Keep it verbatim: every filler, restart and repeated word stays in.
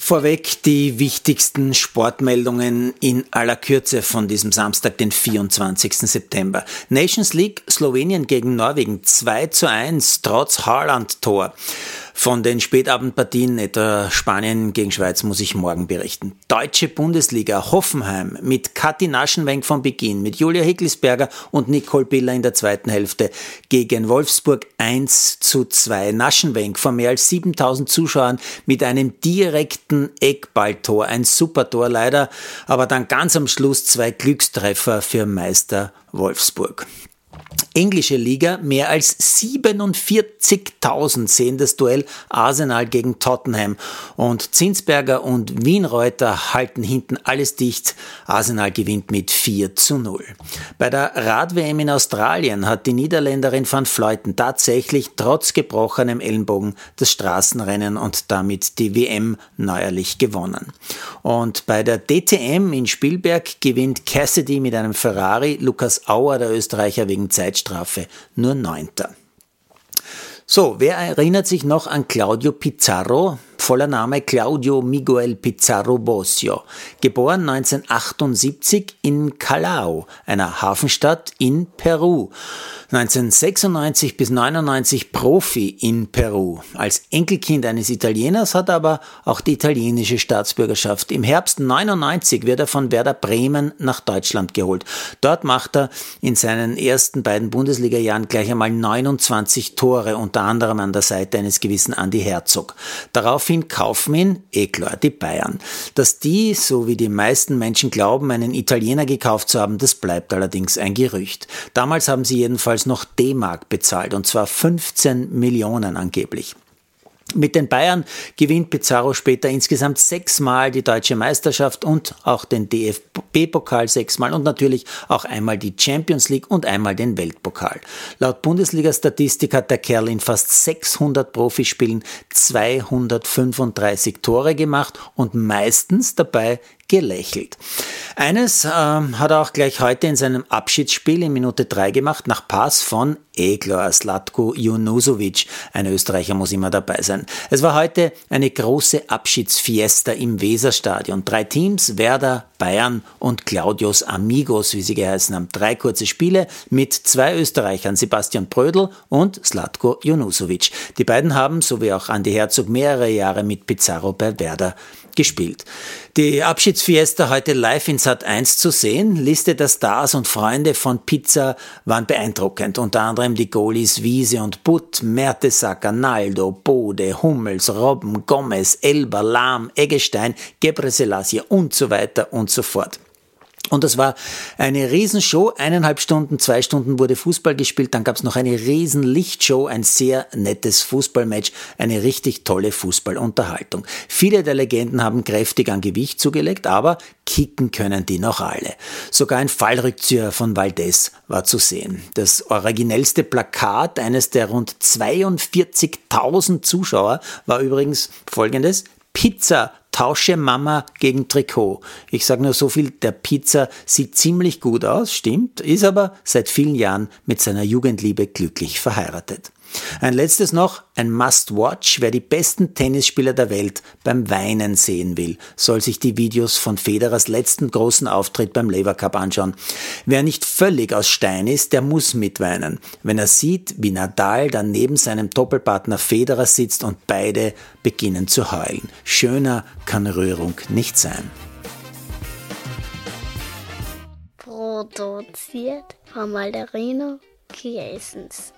Vorweg die wichtigsten Sportmeldungen in aller Kürze von diesem Samstag, den vierundzwanzigsten September. Nations League, Slowenien gegen Norwegen, zwei zu eins, trotz Haaland-Tor. Von den Spätabendpartien, etwa Spanien gegen Schweiz, muss ich morgen berichten. Deutsche Bundesliga, Hoffenheim mit Kathi Naschenwenk von Beginn, mit Julia Hicklisberger und Nicole Biller in der zweiten Hälfte gegen Wolfsburg eins zu zwei. Naschenwenk vor mehr als siebentausend Zuschauern mit einem direkten Eckballtor, ein Supertor leider, aber dann ganz am Schluss zwei Glückstreffer für Meister Wolfsburg. Englische Liga, mehr als siebenundvierzigtausend sehen das Duell Arsenal gegen Tottenham und Zinsberger und Wienreuther halten hinten alles dicht. Arsenal gewinnt mit vier zu null. Bei der Rad-W M in Australien hat die Niederländerin Van Vleuten tatsächlich trotz gebrochenem Ellenbogen das Straßenrennen und damit die W M neuerlich gewonnen. Und bei der D T M in Spielberg gewinnt Cassidy mit einem Ferrari, Lukas Auer, der Österreicher, wegen Zeitstrafe nur Neunter. So, wer erinnert sich noch an Claudio Pizarro? Voller Name Claudio Miguel Pizarro Bosio. Geboren neunzehnhundertachtundsiebzig in Callao, einer Hafenstadt in Peru. neunzehnhundertsechsundneunzig bis neunundneunzig Profi in Peru. Als Enkelkind eines Italieners hat er aber auch die italienische Staatsbürgerschaft. Im Herbst neunundneunzig wird er von Werder Bremen nach Deutschland geholt. Dort macht er in seinen ersten beiden Bundesliga-Jahren gleich einmal neunundzwanzig Tore, unter anderem an der Seite eines gewissen Andi Herzog. Daraufhin kaufen ihn, eh klar, die Bayern. Dass die, so wie die meisten Menschen glauben, einen Italiener gekauft zu haben, das bleibt allerdings ein Gerücht. Damals haben sie jedenfalls noch D-Mark bezahlt, und zwar fünfzehn Millionen angeblich. Mit den Bayern gewinnt Pizarro später insgesamt sechsmal die deutsche Meisterschaft und auch den D F B-Pokal sechsmal und natürlich auch einmal die Champions League und einmal den Weltpokal. Laut Bundesliga-Statistik hat der Kerl in fast sechshundert Profispielen zweihundertfünfunddreißig Tore gemacht und meistens dabei gelächelt. Eines ähm, hat er auch gleich heute in seinem Abschiedsspiel in Minute drei gemacht, nach Pass von Egler, Zlatko Junusovic. Ein Österreicher muss immer dabei sein. Es war heute eine große Abschiedsfiesta im Weserstadion. Drei Teams, Werder, Bayern und Claudios Amigos, wie sie geheißen haben. Drei kurze Spiele mit zwei Österreichern, Sebastian Prödl und Zlatko Junusovic. Die beiden haben, so wie auch Andi Herzog, mehrere Jahre mit Pizarro bei Werder gespielt. Die Abschiedsfiesta heute live in Sat eins zu sehen. Liste der Stars und Freunde von Pizza waren beeindruckend. Unter anderem die Goalies Wiese und Butt, Mertesacker, Naldo, Bode, Hummels, Robben, Gomez, Elber, Lahm, Eggestein, Gebre Selassie und so weiter und so fort. Und das war eine Riesenshow, eineinhalb Stunden, zwei Stunden wurde Fußball gespielt, dann gab es noch eine riesen Lichtshow, ein sehr nettes Fußballmatch, eine richtig tolle Fußballunterhaltung. Viele der Legenden haben kräftig an Gewicht zugelegt, aber kicken können die noch alle. Sogar ein Fallrückzieher von Valdez war zu sehen. Das originellste Plakat eines der rund zweiundvierzigtausend Zuschauer war übrigens folgendes: Pizza, tausche Mama gegen Trikot. Ich sage nur so viel, der Pizza sieht ziemlich gut aus, stimmt, ist aber seit vielen Jahren mit seiner Jugendliebe glücklich verheiratet. Ein letztes noch, ein Must-Watch. Wer die besten Tennisspieler der Welt beim Weinen sehen will, soll sich die Videos von Federers letzten großen Auftritt beim Laver Cup anschauen. Wer nicht völlig aus Stein ist, der muss mitweinen, wenn er sieht, wie Nadal dann neben seinem Doppelpartner Federer sitzt und beide beginnen zu heulen. Schöner kann Rührung nicht sein. Produziert von Malderino Kiesens.